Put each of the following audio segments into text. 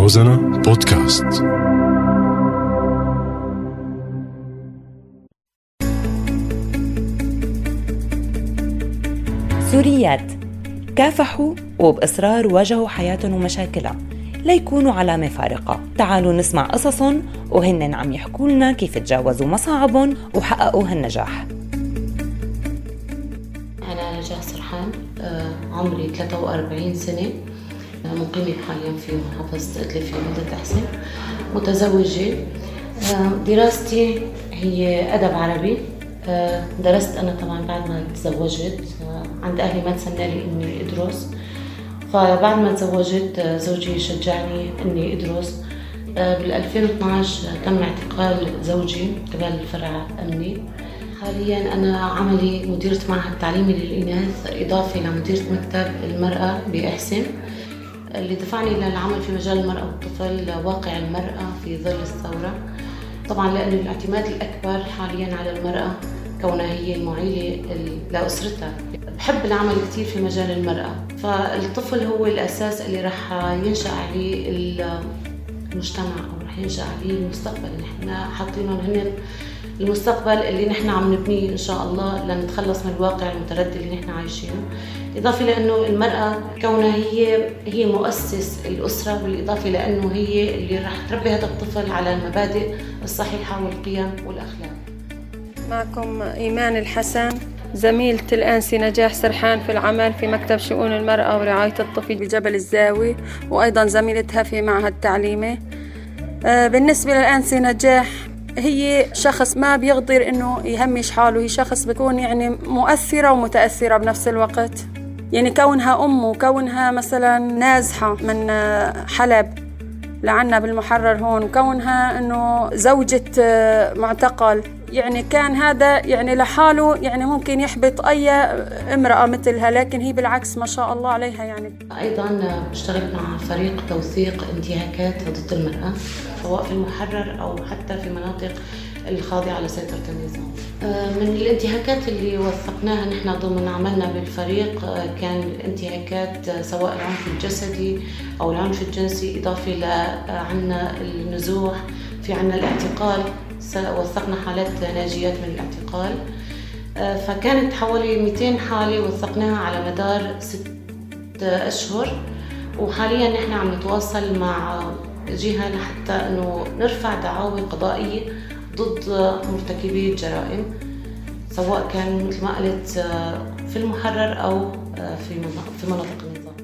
روزانا بودكاست. سوريات كافحوا وبإصرار واجهوا حياتهم ومشاكلها ليكونوا علامة فارقة. تعالوا نسمع قصصهم وهن عم يحكوا لنا كيف تجاوزوا مصاعبهم وحققوا هالنجاح. أنا نجاح سرحان، عمري 43 سنة، مقيمة حاليا في محافظة إدلب في مدينة حسن، متزوجة. دراستي هي أدب عربي. درست أنا طبعا بعد ما تزوجت، عند أهلي ما تسنى لي إني أدرس، فبعد ما تزوجت زوجي شجعني إني أدرس. بال2012 تم اعتقال زوجي قبل الفرع أمني. حاليا أنا عملي مديرة معهد تعليمي للإناث، إضافة لمديرة مكتب المرأة بإحسن. اللي دفعني للعمل في مجال المرأة والطفل واقع المرأة في ظل الثورة، طبعا لأن الاعتماد الأكبر حاليا على المرأة كونها هي المعيلة لأسرتها. بحب العمل كثير في مجال المرأة، فالطفل هو الأساس اللي رح ينشأ عليه المجتمع أو رح ينشأ عليه المستقبل. نحن حاطينهم هن المستقبل اللي نحن عم نبنيه إن شاء الله لنتخلص من الواقع المتردد اللي نحن عايشينه. إضافة لأنه المرأة كونها هي مؤسس الأسرة، بالإضافة لأنه هي اللي رح تربي هذا الطفل على المبادئ الصحيحة والقيم والأخلاق. معكم إيمان الحسن، زميلة الأنسة نجاح سرحان في العمل في مكتب شؤون المرأة ورعاية الطفل بجبل الزاوي، وأيضا زميلتها في معهد تعليمي. بالنسبة للأنسة نجاح، هي شخص ما بيقدر إنه يهمش حاله، هي شخص بيكون يعني مؤثرة ومتأثرة بنفس الوقت. يعني كونها أم وكونها مثلا نازحة من حلب لعنا بالمحرر هون، وكونها إنه زوجة معتقل، يعني كان هذا يعني لحاله يعني ممكن يحبط أي امرأة مثلها، لكن هي بالعكس ما شاء الله عليها. يعني أيضا بشتغل مع فريق توثيق انتهاكات ضد المرأة، سواء في المحرر أو حتى في مناطق الخاضعة لسيطرة النظام. من الانتهاكات اللي وثقناها نحن ضمن عملنا بالفريق كان الانتهاكات سواء العنف الجسدي أو العنف الجنسي، إضافة لعنا النزوح، في عنا الاعتقال، وثقنا حالات ناجيات من الاعتقال. فكانت حوالي 200 حالة وثقناها على مدار 6 أشهر، وحاليا نحن عم نتواصل مع جهة لحتى أنه نرفع دعاوى قضائية ضد مرتكبي الجرائم، سواء كان مثل ما قلت في المحرر أو في مناطق النظام.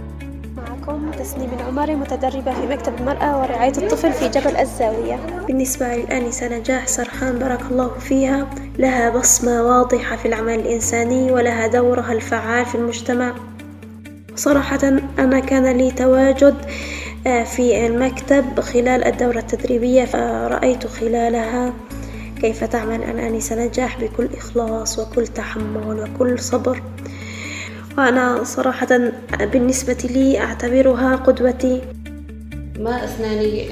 معكم تسنيم العمري، متدربة في مكتب المرأة ورعاية الطفل في جبل الزاوية. بالنسبة للآنسة نجاح سرحان بارك الله فيها، لها بصمة واضحة في العمل الإنساني ولها دورها الفعال في المجتمع. صراحة أنا كان لي تواجد في المكتب خلال الدورة التدريبية، فرأيت خلالها كيف تعمل الآنسة نجاح بكل إخلاص وكل تحمل وكل صبر، وأنا صراحة بالنسبة لي أعتبرها قدوتي. ما أثناني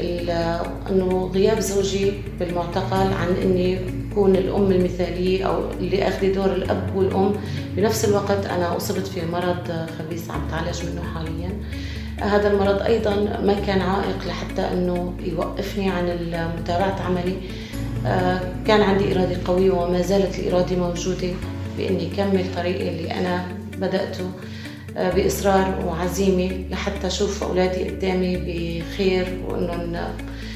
أنه غياب زوجي بالمعتقل عن أني أكون الأم المثالية أو اللي أخذ دور الأب والأم. بنفس الوقت أنا أصبت في مرض خبيث عم تعالج منه حاليا. هذا المرض أيضا ما كان عائق لحتى أنه يوقفني عن متابعة عملي. كان عندي إرادة قوية وما زالت الإرادة موجودة بإني أكمل طريقي اللي أنا بدأته بإصرار وعزيمة لحتى أشوف أولادي قدامي بخير، وإنه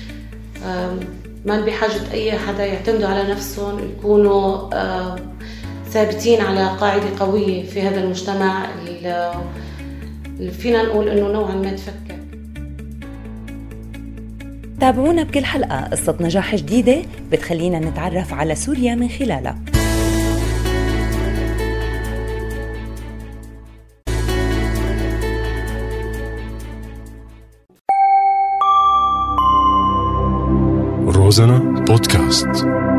ما بحاجة أي حدا يعتمدوا على نفسهم، يكونوا ثابتين على قاعدة قوية في هذا المجتمع اللي فينا نقول إنه نوعا ما تفكك. تابعونا بكل حلقة قصة نجاح جديدة بتخلينا نتعرف على سوريا من خلالها. روزانا بودكاست.